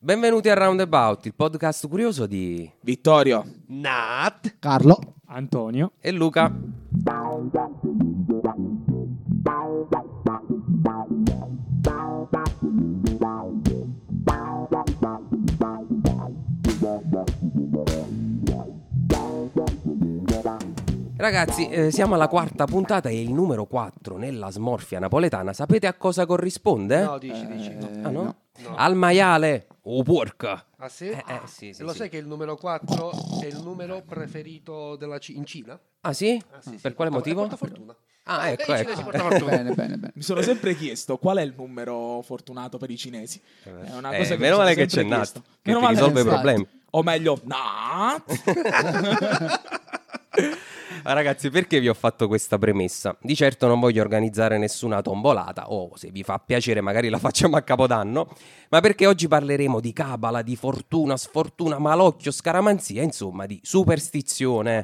Benvenuti a Roundabout, il podcast curioso di Vittorio, Nat, Carlo, Antonio e Luca. Ragazzi, siamo alla quarta puntata e il numero 4 nella smorfia napoletana. Sapete a cosa corrisponde? no, dici. Ah, no? No. Al maiale o porca. Ah sì? Sì, Lo sai che il numero 4 è il numero preferito in Cina? Ah sì? Sì, Per quale motivo? Porta fortuna. Ah, ecco, I ecco. cinesi portano fortuna. bene. mi sono sempre chiesto qual è il numero fortunato per i cinesi. È una cosa che meno mi male sono che c'è sempre Nat, chiesto. che Meno ti male risolve i che- problemi. O meglio, Nat. Ah, ragazzi, perché vi ho fatto questa premessa? Di certo non voglio organizzare nessuna tombolata, o se vi fa piacere magari la facciamo a Capodanno, ma perché oggi parleremo di cabala, di fortuna, sfortuna, malocchio, scaramanzia, insomma di superstizione.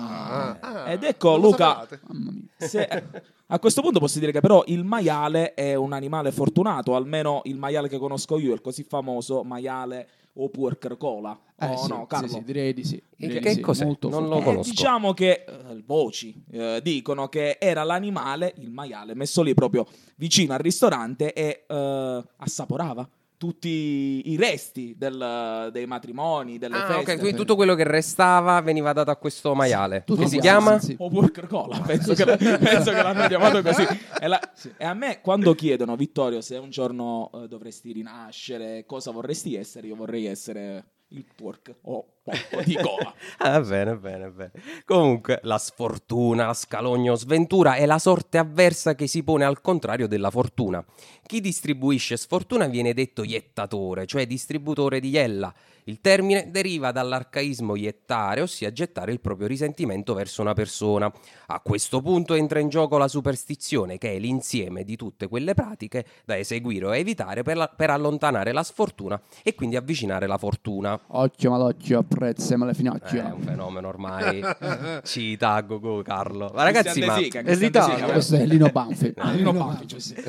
Ed ecco, Non lo Luca, sapevate? Mamma mia. a questo punto posso dire che però il maiale è un animale fortunato, almeno il maiale che conosco io, il così famoso maiale o puerca cola. Sì, no, Carlo? sì, direi di sì. Direi che di sì, cos'è? molto Non forte. lo conosco. Diciamo che voci dicono che era l'animale, il maiale, messo lì proprio vicino al ristorante e assaporava tutti i resti dei matrimoni, delle Ah, feste. ok, quindi tutto quello che restava veniva dato a questo maiale. Tutto Che si quanto, chiama? sì. O puerca cola, penso che l'hanno chiamato così. E a me quando chiedono, Vittorio, se un giorno dovresti rinascere, cosa vorresti essere? Io vorrei essere il pork o porco di cola. Ah, bene. Comunque, la sfortuna, la scalogno, sventura è la sorte avversa che si pone al contrario della fortuna. Chi distribuisce sfortuna viene detto iettatore, cioè distributore di iella. Il termine deriva dall'arcaismo iettare, ossia gettare il proprio risentimento verso una persona. A questo punto entra in gioco la superstizione, che è l'insieme di tutte quelle pratiche da eseguire o evitare per allontanare la sfortuna e quindi avvicinare la fortuna. Occhio malocchio, apprezza ma le È finocchia. un fenomeno ormai. Cita Gogo Carlo. Ma ragazzi, Cristian ma, De Sica, È Cristian l'Italia. De Sica, Questo è Lino Banfi. Lino Banfi, sì.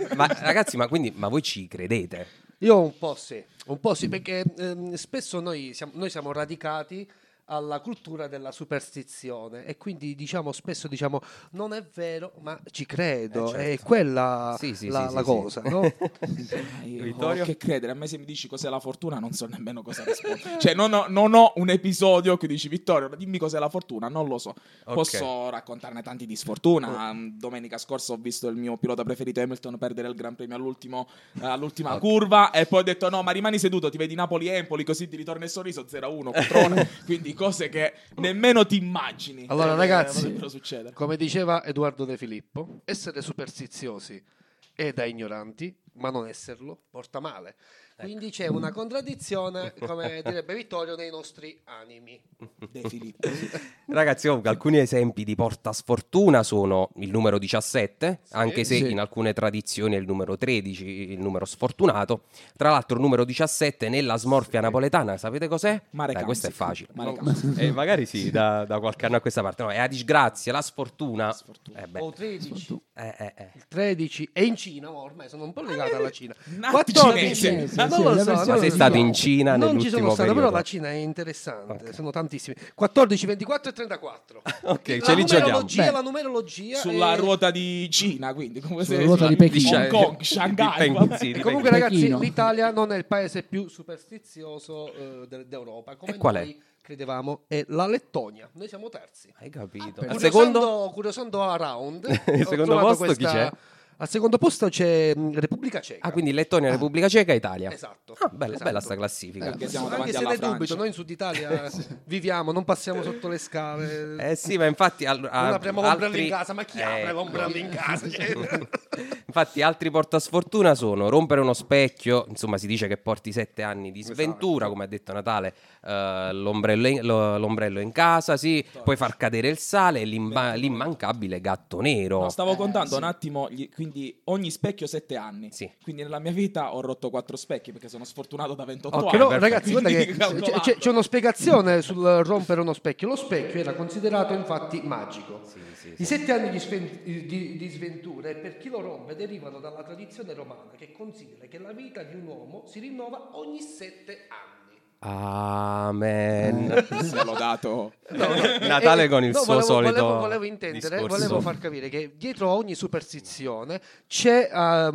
ma voi ci credete? Io un po' sì, perché spesso noi siamo radicati alla cultura della superstizione e quindi spesso diciamo non è vero, ma ci credo, Certo. è quella Sì, la sì. cosa, no? Io Vittorio? che credere, a me se mi dici cos'è la fortuna non so nemmeno cosa rispondere. Cioè non ho un episodio che dici Vittorio, dimmi cos'è la fortuna, non lo so. Ok. Posso raccontarne tanti di sfortuna. Domenica scorsa ho visto il mio pilota preferito Hamilton perdere il Gran Premio all'ultima curva e poi ho detto no, ma rimani seduto, ti vedi Napoli-Empoli così ti ritorna il sorriso 0-1 Cotrone. Quindi cose che nemmeno ti immagini. Allora, ragazzi, potrebbero succedere. come diceva Edoardo De Filippo, essere superstiziosi è da ignoranti, ma non esserlo porta male. Quindi c'è una contraddizione, come direbbe Vittorio, nei nostri animi. De Filippo. Ragazzi, comunque, alcuni esempi di porta sfortuna sono il numero 17, anche se Sì. in alcune tradizioni è il numero 13, il numero sfortunato. Tra l'altro il numero 17 nella smorfia napoletana, sapete cos'è? Mare Dai, questo è Canzi. facile. Mare Canzi. Magari sì, da qualche anno a questa parte. No, è la disgrazia, la sfortuna. Beh. O 13, Eh. il 13 e in Cina, ormai sono un po' legato alla Cina. Nati 14, cinese. non lo la so, versione non Ma sei lo stato so. in Cina Non ci nell'ultimo sono stato, periodo? però la Cina è interessante, sono tantissimi. 14, 24 e 34. Ok, ce li giochiamo. La numerologia Sulla è- ruota di Cina, quindi come Sulla ruota di Pechino. Hong Kong, Shanghai. Sì, E di comunque Pechino. ragazzi, Pechino. l'Italia non è il paese più superstizioso d'Europa. Come E qual è? noi credevamo, è la Lettonia. Noi siamo terzi. Hai capito? Ah, Al secondo? Curiosando around, Il ho secondo trovato posto chi c'è? Al secondo posto c'è Repubblica Ceca. Ah, quindi Lettonia, Repubblica Ceca, Italia. Esatto. Ah, bella, Esatto. bella sta classifica. Perché siamo Anche davanti se alla ne Francia. dubito, noi in Sud Italia viviamo, non passiamo sotto le scale. Sì, ma infatti Non apriamo l'ombrello altri... in casa, ma chi apre l'ombrello in casa? Infatti altri portasfortuna sono rompere uno specchio, insomma si dice che porti 7 anni di sventura, come ha detto Natale, l'ombrello in casa, sì, puoi far cadere il sale e l'immancabile gatto nero. No, stavo contando un attimo, quindi quindi ogni specchio 7 anni. Sì. Quindi nella mia vita ho rotto 4 specchi perché sono sfortunato da 28 Ok, anni. però perfetto. ragazzi, guarda che Calcolate. c'è una spiegazione sul rompere uno specchio. Lo specchio era considerato infatti magico. I 7 anni di sventure per chi lo rompe derivano dalla tradizione romana che considera che la vita di un uomo si rinnova ogni 7 anni. Amen. Se l'ho dato. Natale con il suo solito volevo intendere, discorso. volevo far capire che dietro a ogni superstizione c'è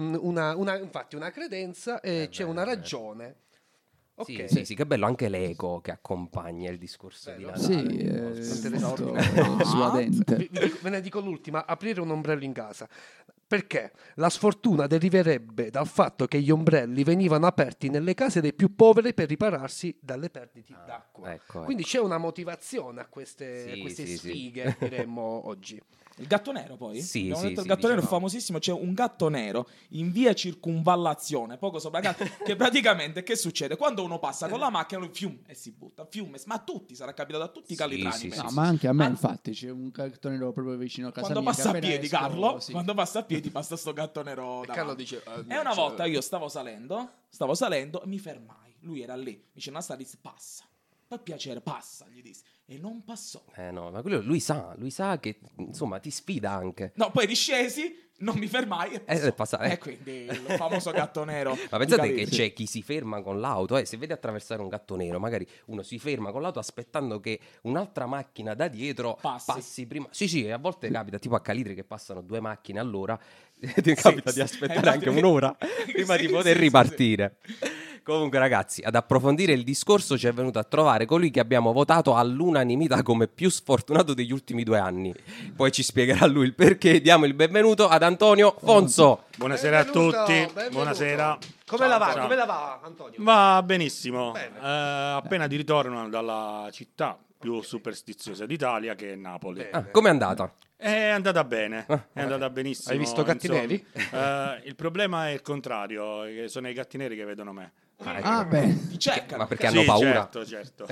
infatti una credenza e c'è una ragione. Ok. Sì, che bello anche l'eco che accompagna il discorso di Natale. Sì, Interessante. suadente. Ve ne dico l'ultima, aprire un ombrello in casa. Perché la sfortuna deriverebbe dal fatto che gli ombrelli venivano aperti nelle case dei più poveri per ripararsi dalle perdite d'acqua. ecco. Quindi c'è una motivazione a queste Sì. sfighe, diremmo oggi. Il gatto nero poi? Sì, Abbiamo sì, detto sì, il gatto nero è diciamo. famosissimo. C'è un gatto nero in via Circunvallazione, poco sopra casa, che praticamente che succede? Quando uno passa con la macchina lui fiume e si butta, fiume, ma a tutti, sarà capitato a tutti i calitrani. sì, penso. No, ma anche a me, Ah, infatti, c'è un gatto nero proprio vicino a casa Quando mia. passa a che appena piedi, esco, Carlo, sì. quando passa a piedi passa sto gatto nero davanti. Carlo dice, E una volta io stavo salendo e mi fermai. Lui era lì, vicino alla strada, disse passa. Per piacere, passa, gli disse. E non passò. No, ma quello lui sa che insomma ti sfida anche. No, poi riscesi, non mi fermai è passato, E quindi il famoso gatto nero. Ma pensate di che Calice. c'è chi si ferma con l'auto, se vede attraversare un gatto nero, magari uno si ferma con l'auto aspettando che un'altra macchina da dietro passi prima. Sì, e a volte capita, tipo a Calitri che passano 2 macchine all'ora, ti capita di aspettare anche un'ora prima di poter ripartire. Comunque ragazzi, ad approfondire il discorso ci è venuto a trovare colui che abbiamo votato all'unanimità come più sfortunato degli ultimi 2 anni. Poi ci spiegherà lui il perché. Diamo il benvenuto ad Antonio Fonso. Buonasera a Benvenuto, tutti, benvenuto. buonasera. Come la va? Ciao. Come la va, Antonio? Va benissimo. Bene. Appena di ritorno dalla città più superstiziosa d'Italia, che è Napoli. Bene. Com'è andata? È andata bene, è andata benissimo. Hai visto gatti insomma. neri? Il problema è il contrario, che sono i gatti neri che vedono me. Ah, beh. Ti cercano. Ma perché Sì, hanno paura? Certo.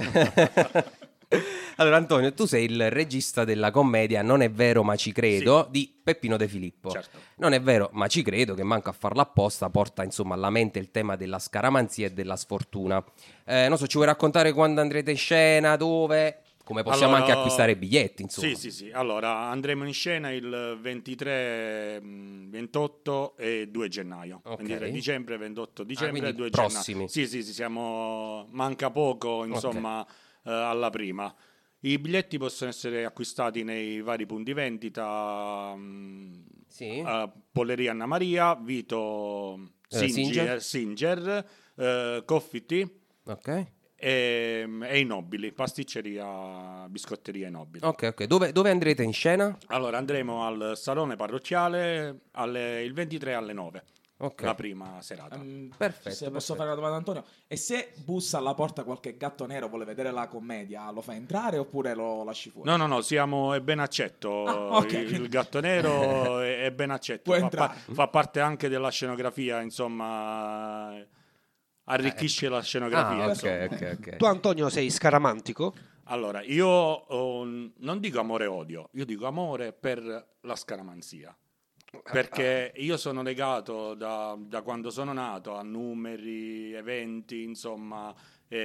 Allora Antonio, tu sei il regista della commedia Non è vero ma ci credo di Peppino De Filippo. Certo. Non è vero ma ci credo, che manco a farlo apposta, porta insomma alla mente il tema della scaramanzia e della sfortuna. Non so, ci vuoi raccontare quando andrete in scena, dove? Come possiamo Allora, anche acquistare biglietti, insomma. Sì. Allora, andremo in scena il 23, 28 e 2 gennaio. Ok. 23 dicembre, 28 dicembre quindi e 2 prossimi. gennaio. Sì, siamo... manca poco, insomma, alla prima. I biglietti possono essere acquistati nei vari punti vendita, Sì. Polleria Anna Maria, Vito Singer, Coffee Tea Ok. e i Nobili, pasticceria, biscotteria i Nobili. Ok. Dove andrete in scena? Allora andremo al salone parrocchiale il 23 alle 9, Ok. la prima serata. Perfetto, Se posso fare una domanda, Antonio, e se bussa alla porta qualche gatto nero, vuole vedere la commedia, lo fa entrare oppure lo lasci fuori? No, è ben accetto. Ah, ok. Il gatto nero è ben accetto. Può Fa, entrare. fa parte anche della scenografia, insomma, arricchisce la scenografia. Ah, insomma. ok. Tu, Antonio, sei scaramantico? Allora, io non dico amore e odio, io dico amore per la scaramanzia. Perché io sono legato da quando sono nato a numeri, eventi, insomma,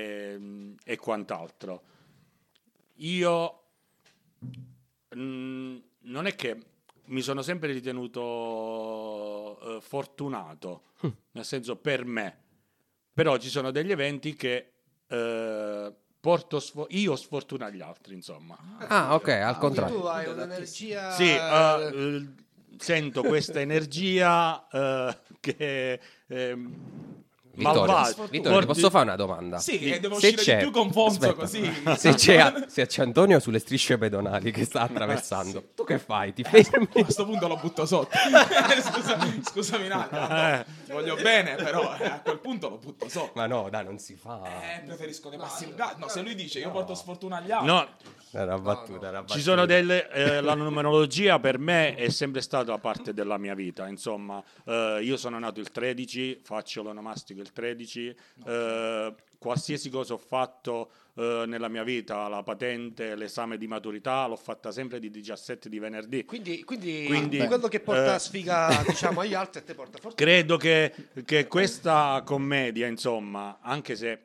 e quant'altro. Io non è che mi sono sempre ritenuto fortunato, nel senso per me, però ci sono degli eventi che io sfortuna agli altri, insomma. Ah, ok, al contrario. Tu hai un'energia... Sì, sento questa energia che malvagia. Vittorio, ti posso fare una domanda? Sì, e devo Se uscire c'è- di più con Fonzo Aspetta. così. Se c'è Antonio sulle strisce pedonali che sta attraversando, tu che fai? Ti fermi? A questo punto lo butto sotto. Scusami, Nadia. Voglio bene, però a quel punto lo butto sotto. Ma no, dai, non si fa. Preferisco che passi il gatto. No, se lui dice io porto sfortuna agli altri. No, Era una battuta. ci sono la numerologia per me è sempre stata parte della mia vita, insomma. Io sono nato il 13, faccio l'onomastico il del 13, qualsiasi cosa ho fatto nella mia vita, la patente, l'esame di maturità, l'ho fatta sempre di 17 di venerdì. Quindi Quello che porta sfiga diciamo agli altri a te porta fortuna. Credo che questa commedia, insomma, anche se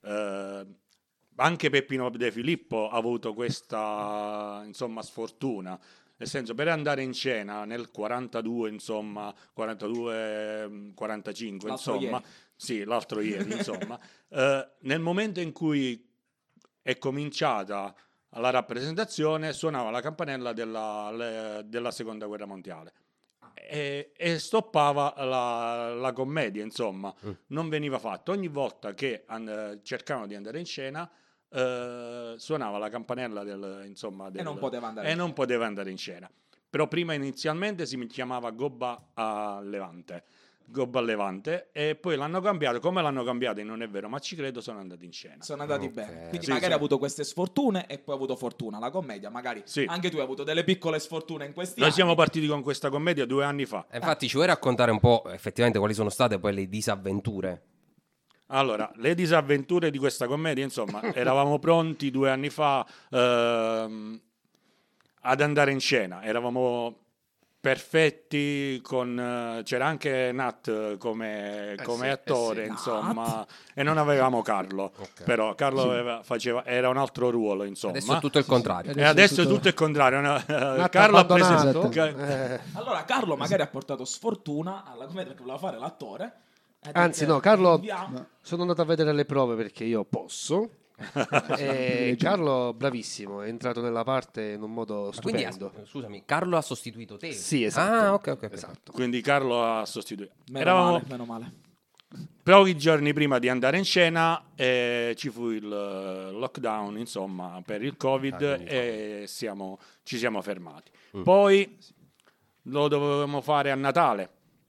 anche Peppino De Filippo ha avuto questa, insomma, sfortuna, nel senso, per andare in scena nel 42, insomma, 42, 45, L'altro insomma, ieri. sì, l'altro ieri, insomma, nel momento in cui è cominciata la rappresentazione, suonava la campanella della seconda guerra mondiale e stoppava la commedia, insomma, non veniva fatto. Ogni volta che cercavano di andare in scena, suonava la campanella E non poteva andare e in non poteva andare in scena. Però prima inizialmente si chiamava Gobba a Levante, e poi l'hanno cambiato. Come l'hanno cambiato non è vero, ma ci credo, sono andati in scena. Sono andati bene. Quindi Sì, magari sì. hai avuto queste sfortune e poi hai avuto fortuna. La commedia, magari Sì. anche tu hai avuto delle piccole sfortune in questi Noi anni. siamo partiti con questa commedia 2 anni fa. E infatti ci vuoi raccontare un po' effettivamente quali sono state poi le disavventure? Allora, le disavventure di questa commedia, insomma, eravamo pronti 2 anni fa ad andare in scena, eravamo perfetti c'era anche Nat come sì, attore, sì. insomma, e non avevamo Carlo, però Carlo era un altro ruolo, insomma. Adesso è tutto il contrario. E adesso è tutto il contrario. Nat Carlo ha abbandonato. preso Allora Carlo magari ha portato sfortuna alla commedia perché voleva fare l'attore. Ha detto, Anzi, no, Carlo, "Andiamo". sono andato a vedere le prove perché io posso. E Carlo, bravissimo, è entrato nella parte in un modo Quindi, stupendo. scusami, Carlo ha sostituito te? Sì, esatto. Ah, ok. Esatto. Quindi Carlo ha sostituito. Meno male. Pochi giorni prima di andare in scena ci fu il lockdown, insomma, per il Covid, e ci siamo fermati. Poi lo dovevamo fare a Natale.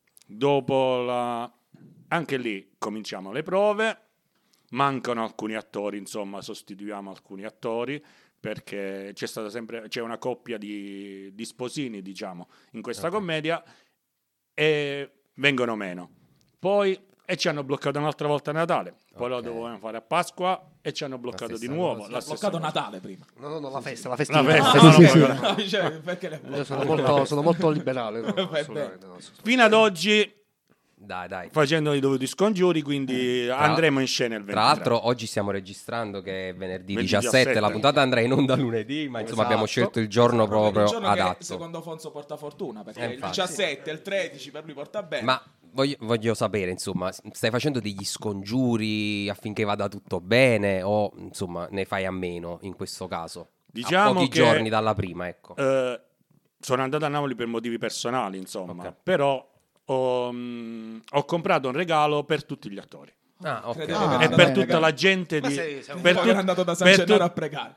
Anche lì cominciamo le prove, mancano alcuni attori, insomma, sostituiamo alcuni attori perché c'è una coppia di sposini, diciamo, in questa commedia, e vengono meno. Poi ci hanno bloccato un'altra volta a Natale, poi lo dovevamo fare a Pasqua e ci hanno bloccato di nuovo. Ha bloccato Natale prima. No, la festa, la La festività. festa, Sì, sì, sì. No, cioè, perché le Io sono molto liberale. No, assolutamente no. Fino ad oggi Dai. facendo i dovuti scongiuri, quindi andremo in scena il 23. Tra l'altro oggi stiamo registrando che è venerdì 17, 17, la puntata andrà in onda lunedì, ma insomma abbiamo scelto il giorno proprio il giorno che adatto. secondo Fonso porta fortuna, perché il Infatti. 17 e il 13 per lui porta bene. Ma voglio sapere, insomma, stai facendo degli scongiuri affinché vada tutto bene o insomma ne fai a meno in questo caso? Diciamo a pochi che, giorni dalla prima, ecco. sono andato a Napoli per motivi personali, insomma, Ok. però ho comprato un regalo per tutti gli attori. Ah, ok. Credevo Ah, che e era per bene, tutta bene. la gente Ma di sei un per poi tut- era andato da San per Gennaro tut- a pregare.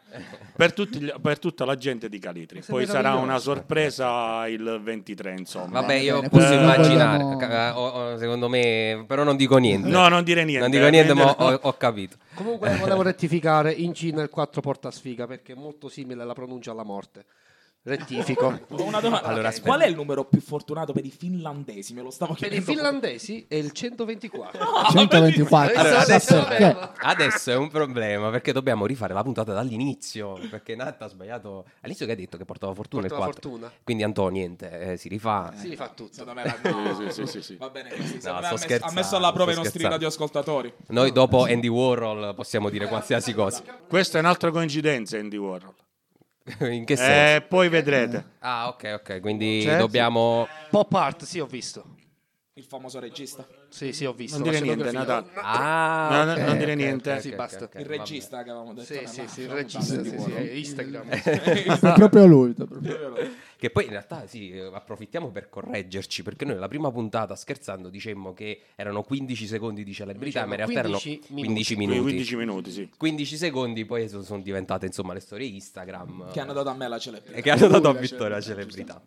per tutta la gente di Calitri. Sei Poi sarà una meraviglioso. sorpresa il 23, insomma. Vabbè, io bene, posso quindi immaginare, vogliamo- secondo me, però non dico niente. No, non dire niente. Non dico niente, ma ho capito. Comunque volevo rettificare, in Cina il 4 porta sfiga perché è molto simile alla pronuncia alla morte. Rettifico. Ho una domanda. Allora, aspetta. Qual è il numero più fortunato per i finlandesi? Me lo stavo Per i chiedendo. finlandesi è il 124. 124. Adesso- Perché? Adesso è un problema perché dobbiamo rifare la puntata dall'inizio. Perché Nat ha sbagliato all'inizio, che ha detto che portava fortuna Portava il 4. fortuna. Quindi Antonio, niente, si rifà. Si rifà tutto. Secondo me no. Sì. Va bene così. Secondo me sto ha scherzando, messo alla prova i sto nostri scherzando. radioascoltatori. Noi dopo Andy Warhol possiamo dire qualsiasi cosa. Questa è un'altra coincidenza, Andy Warhol. In che senso? Poi vedrete. Ah, ok. Quindi Cioè, dobbiamo. Pop art, sì, ho visto. Il famoso regista. Sì, ho visto. Non la dire niente, scenografia. Natale. Ah, No, ok, non dire ok, niente. ok, Sì, ok, basta. ok, Il va regista che avevamo detto. Sì, nella- sì, il nella regista, puntata sì, di sì, Warhol. Instagram. È proprio lui. Che poi in realtà sì, approfittiamo per correggerci, perché noi nella prima puntata, scherzando, dicemmo che erano 15 secondi di celebrità, ma in realtà erano 15 15 Quindi minuti. 15 minuti, sì. 15 secondi poi sono diventate insomma le storie Instagram Che hanno dato a me la celebrità. e che hanno dato a Lui la Vittorio la celebrità.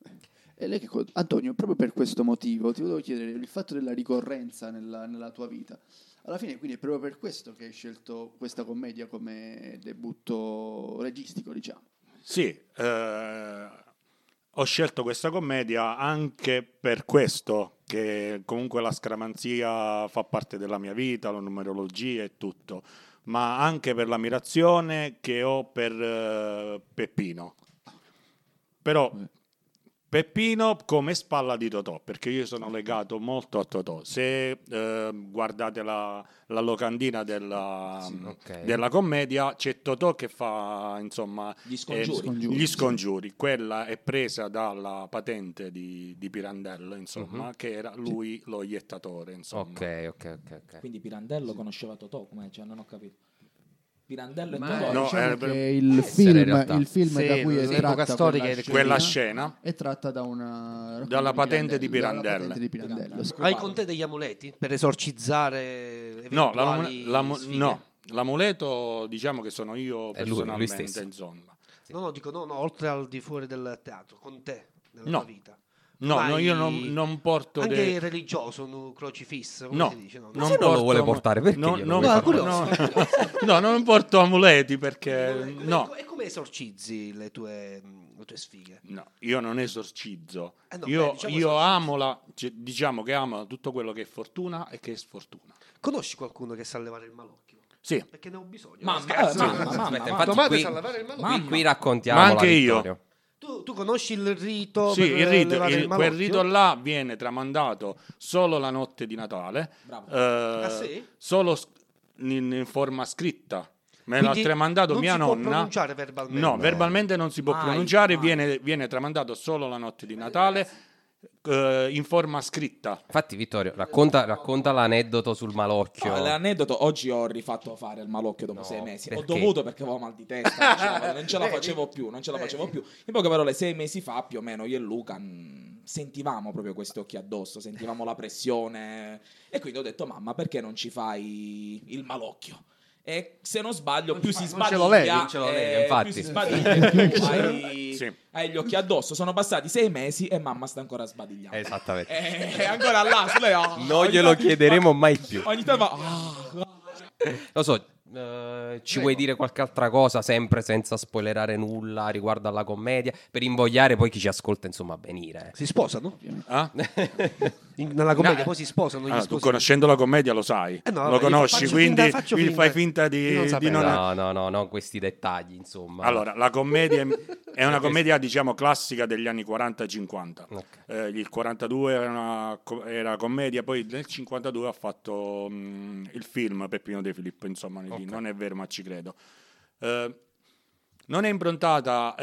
E lei Antonio, proprio per questo motivo ti volevo chiedere il fatto della ricorrenza nella tua vita. Alla fine, quindi, è proprio per questo che hai scelto questa commedia come debutto registico, diciamo. Sì, ho scelto questa commedia anche per questo, che comunque la scaramanzia fa parte della mia vita, la numerologia e tutto, ma anche per l'ammirazione che ho per Peppino. Però Peppino come spalla di Totò, perché io sono legato molto a Totò. Se guardate la locandina della commedia, c'è Totò che fa, insomma, gli scongiuri. Quella è presa dalla patente di Pirandello, insomma, che era lui lo iettatore, insomma. Ok. Quindi Pirandello conosceva Totò, come? Cioè, non ho capito. Pirandello e Ma Totò. No, diciamo per- che il realtà. film Sì, da cui è l'epoca tratta storica quella scena è tratta da una dalla patente di dalla Pirandello. patente di Pirandello. Hai con te degli amuleti per esorcizzare No, eventuali sfighe? no, l'amuleto diciamo che sono io È lui personalmente, stesso. insomma. No, dico no, oltre al di fuori del teatro, con te, nella No. tua vita. No, Vai- io non porto anche religioso, un crocifisso, come No, si dice? No, Ma se non lo vuole portare, perché glielo vuoi far no, non porto amuleti perché no. E come esorcizzi le tue sfighe? No, io non esorcizzo. No, Io diciamo amo diciamo che amo tutto quello che è fortuna e che è sfortuna. Conosci qualcuno che sa levare il malocchio? Sì, Perché ne ho bisogno. Mamma, Scherzo. Aspetta, Tua infatti madre qui, sa levare il malocchio? qui raccontiamo Ma anche la io. Vittorio. Tu conosci il rito? sì, per il rito, levare il quel malocchio? rito là viene tramandato solo la notte di Natale, Bravo. Sì? solo in forma scritta. Me l'ha Quindi tramandato non mia si può nonna. pronunciare verbalmente? No, verbalmente non si può Mai, pronunciare, mai. viene tramandato solo la notte di Natale in forma scritta. Infatti, Vittorio, racconta l'aneddoto sul malocchio. No, l'aneddoto, oggi ho rifatto fare il malocchio dopo No, 6 mesi. perché? Ho dovuto perché avevo mal di testa, non ce la facevo più. In poche parole, 6 mesi fa più o meno io e Luca sentivamo proprio questi occhi addosso, sentivamo la pressione e quindi ho detto mamma perché non ci fai il malocchio? E se non sbaglio più si non ce lo levi, sbadiglia, non ce lo levi, infatti. più si sbadiglia, più hai, Sì. hai gli occhi addosso. Sono passati 6 mesi e mamma sta ancora sbadigliando. Esattamente. È ancora là, lei, Non ogni glielo tanto- chiederemo mai più. Ogni tanto va. Lo so, ci vuoi dire qualche altra cosa, sempre senza spoilerare nulla riguardo alla commedia, per invogliare poi chi ci ascolta, insomma, a venire. Si sposano? Ah? Nella commedia poi si sposano gli Allora, tu sposi. conoscendo la commedia lo sai, no, lo io conosci, faccio quindi faccio fai finta di di non sapere. non... No, questi dettagli, insomma. Allora, la commedia è una commedia, diciamo, classica degli anni 40-50. Ok. Il 42 era commedia, poi nel 52 ha fatto il film Peppino De Filippo, insomma, Ok. non è vero, ma ci credo. Non è improntata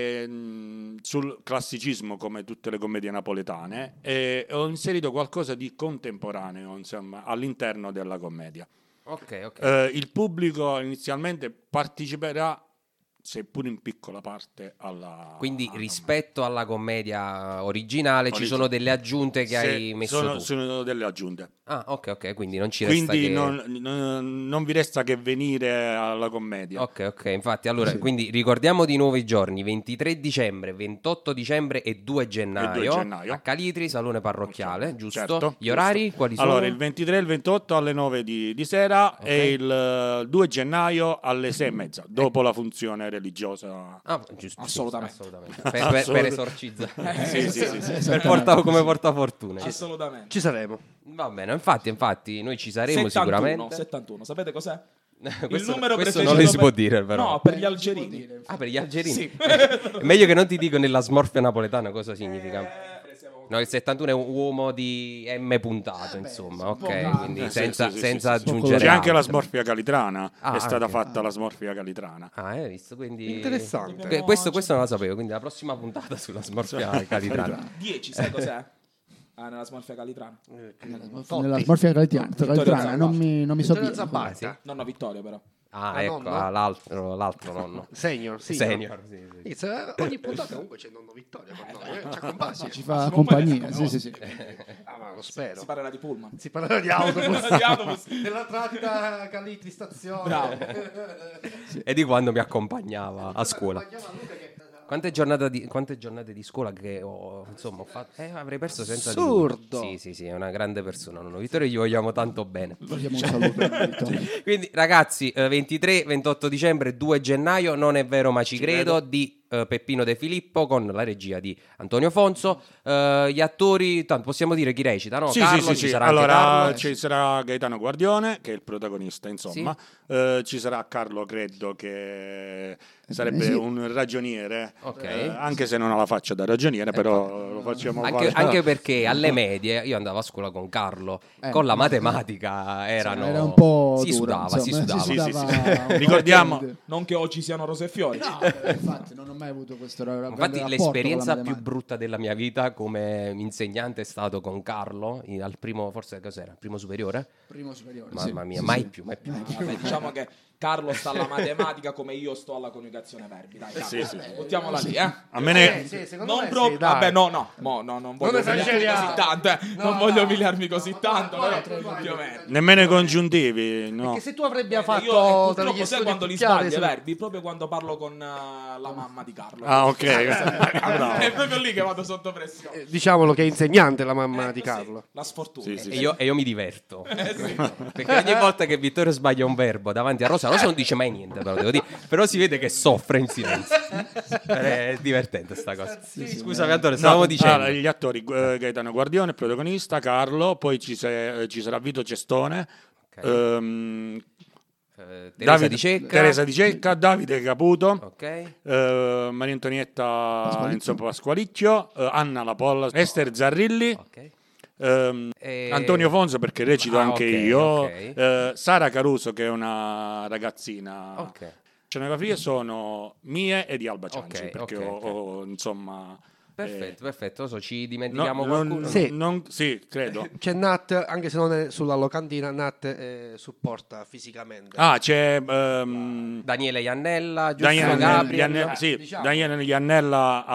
sul classicismo come tutte le commedie napoletane, e ho inserito qualcosa di contemporaneo, insomma, all'interno della commedia. Ok. Il pubblico inizialmente parteciperà, seppur in piccola parte, Quindi rispetto alla commedia originale ci sono delle aggiunte che hai messo tu. sono delle aggiunte. Ah, ok, quindi non ci resta Quindi che... non vi resta che venire alla commedia. Ok, infatti, allora, quindi ricordiamo di nuovo i giorni, 23 dicembre, 28 dicembre e 2 gennaio, a Calitri, Salone Parrocchiale, giusto? Certo, Gli orari quali sono? Allora, il 23 e il 28 alle 9 di sera e il 2 gennaio alle 6:30, dopo la funzione religiosa. Ah, giusto, Assolutamente. Per esorcizzare. Sì. Come portafortuna. Assolutamente. Ci saremo. Va bene, infatti noi ci saremo 71, sicuramente. 71, sapete cos'è? Questo- numero questo preferito non le si per- può dire, però. No, per gli algerini. Ah, per gli algerini? Sì. È meglio che non ti dico nella smorfia napoletana cosa significa. No, il 71 è un uomo di M puntato, insomma, ok? Quindi senza sì. aggiungere C'è anche la altro. smorfia calitrana, Ah, è stata anche. fatta la smorfia calitrana. Ah, hai visto? Quindi... Interessante. Questo non lo sapevo, quindi la prossima puntata sulla smorfia calitrana. 10, sai cos'è? Nella smorfia calitrana. Nella smorfia calitrana Vittorio non mi so Vittorio dire. Zappalti. Nonno Vittorio, però. Ah, ecco, nonno? l'altro nonno. Senior. Senior, sì. Ogni puntata comunque c'è il nonno Vittorio con noi, ci accompagna. Ci fa compagnia, sì. Ah, ma lo spero. Si parlerà di pullman. Si parlerà di autobus. Di autobus. Della tratta Calitri stazione. Bravo. E di quando mi accompagnava a scuola. Accompagniamo Luca che- Quante giornate di scuola che ho fatto? Avrei perso senza di Assurdo. lui. Sì, è una grande persona. Nonno Vittorio, gli vogliamo tanto bene. Vogliamo un saluto. Vittorio. Quindi, ragazzi, 23, 28 dicembre, 2 gennaio, non è vero, ma ci credo, di Peppino De Filippo con la regia di Antonio Fonso. Gli attori, tanto possiamo dire chi recita, no? Sì, Carlo, ci sarà anche allora Carlo. ci sarà Gaetano Guardione che è il protagonista, insomma. Ci sarà Carlo, credo che sarebbe sì. un ragioniere, Ok. anche se non ha la faccia da ragioniere, però lo facciamo Anche, fare. anche perché alle medie io andavo a scuola con Carlo, con la matematica erano... Era un po' si dura, sudava, si insomma, sudava. Sì, sì. un po' Ricordiamo- gente. Non che oggi siano rose e fiori. No, infatti non ho mai avuto questo grande Infatti rapporto l'esperienza con la più matematica. brutta della mia vita come insegnante è stato con Carlo al primo, forse cos'era? Primo superiore? Primo superiore. Mamma sì, mia, sì, mai sì. più, mai più. Vabbè, diciamo che Carlo sta alla matematica come io sto alla coniugazione verbi. Dai, buttiamola lì, A me ne- Sì, secondo Non me proprio, sì, dai. vabbè, no, non voglio umiliarmi esageriamo. così tanto, non voglio umiliarmi così tanto, però più o meno. nemmeno i congiuntivi, no. Che se tu avrebbe fatto Io degli purtroppo sai studi quando li ufficiali, sbaglio i se- verbi? Proprio quando parlo con la mamma di Carlo. Ah, ok. È proprio lì che vado sotto pressione. diciamolo che è insegnante la mamma di Carlo. La sfortuna. Sì, sì. E io mi diverto. Perché ogni volta che Vittorio sbaglia un verbo davanti a Rosa non dice mai niente, però devo dire. Però si vede che soffre in silenzio. È divertente sta cosa. Scusami, Antonio, stavamo dicendo. Allora, gli attori Gaetano Guardione, il protagonista, Carlo, poi ci sarà Vito Cestone, Ok. Teresa Davide- Di Cecca. Teresa Di Cecca, Davide Caputo, Ok. Maria Antonietta Pasqualicchio, Anna Lapolla, Esther Zarrilli, Ok. Antonio Fonso perché recito anche ok, io, ok. Sara Caruso che è una ragazzina. Ok. Scenografie sono mie e di Alba Cianci Ok, perché ok, ho, insomma. Perfetto. Adesso ci dimentichiamo No, qualcuno. Sì. sì, credo. C'è Nat, anche se non è sulla locandina, Nat supporta fisicamente. Ah, c'è Daniele Iannella, giusto? Daniele Gabriel. sì, diciamo. Daniele Iannella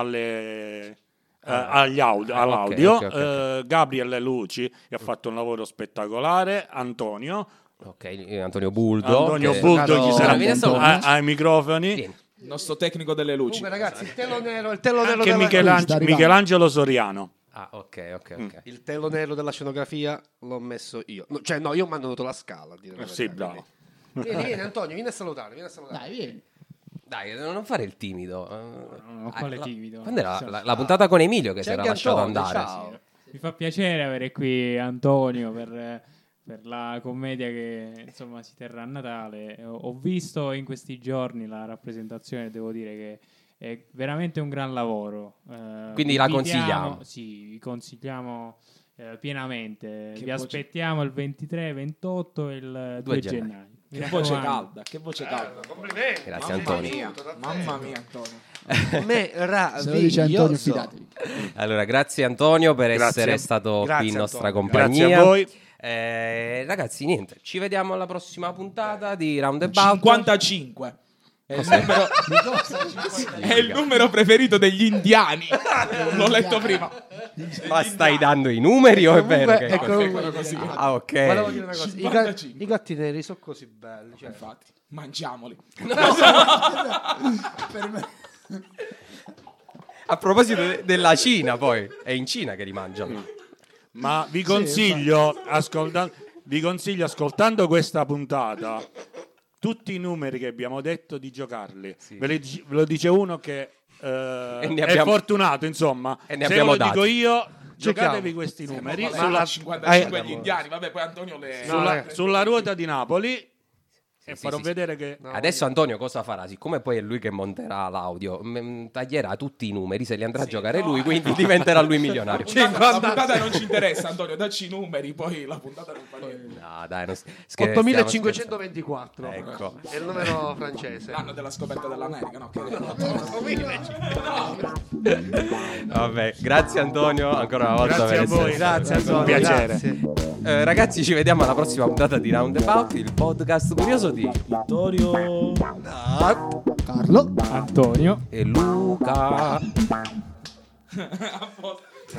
all'audio. ok, ok. Gabriel Luci che ha fatto un lavoro spettacolare. Antonio Ok, Antonio Buldo. Antonio che- Buldo Allora, ci sarà vieni a salutare. ai microfoni. Vieni. Il nostro tecnico delle luci. Comunque ragazzi, il telo nero Anche della... Michelangelo Soriano. Ah, ok. Il telo nero della scenografia l'ho messo io. No, cioè no, io mi hanno dato la scala. A dire la Sì, verità, bravo. quindi. Vieni Antonio, vieni a salutare. Dai, vieni. Dai, non fare il timido. No, quale timido? Quando era la puntata con Emilio che C'è si era anche lasciato Antonio, andare? ciao. Mi fa piacere avere qui Antonio per la commedia che insomma si terrà a Natale. Ho visto in questi giorni la rappresentazione, devo dire che è veramente un gran lavoro. Quindi la consigliamo? Sì, vi consigliamo pienamente. Che Vi voce- aspettiamo il 23, 28 e il 2 gennaio. Mi Che voce raccomando. calda, che voce calda. Complimenti. Grazie, Mamma Antonio. mia, mamma mia, Antonio. Se lo dice Antonio, Meraviglioso. fidatevi. Allora, grazie Antonio per Grazie. essere stato Grazie, qui in nostra Antonio. compagnia. Grazie a voi. Ragazzi, niente, ci vediamo alla prossima puntata di Roundabout. 55. È il numero preferito degli indiani. L'ho letto prima. Ma stai dando i numeri o è vero? Comunque, Che ecco, Vengono così. Ah, ok. Volevo dire una cosa. 55. I gatti neri sono così belli. Cioè, Infatti, mangiamoli. A proposito della Cina, poi è in Cina che li mangiano. Ma vi consiglio, ascoltando questa puntata, tutti i numeri che abbiamo detto di giocarli. Ve lo dice uno che ne è abbiamo- fortunato, insomma. e ne Se abbiamo lo dati. dico io, Giochiamo. giocatevi questi numeri. Vabbè, Sulla, 55 gli indiani. Vabbè, poi Antonio le... sulla ruota di Napoli. E sì, farò sì. vedere che... Adesso Antonio cosa farà? Siccome poi è lui che monterà l'audio, taglierà tutti i numeri, se li andrà a giocare lui, quindi diventerà lui milionario. La puntata non ci interessa, Antonio, dacci i numeri, poi la puntata non fa niente. No, dai, non stiamo 8524 Ecco. è il numero francese. L'anno della scoperta dell'America, no? Che... Vabbè, grazie Antonio ancora una volta Grazie per a voi. essere Grazie È stato un Antonio, piacere. grazie. Ragazzi, ci vediamo alla prossima puntata di Roundabout, il podcast curioso di Vittorio. Carlo. Antonio. e Luca. A posto.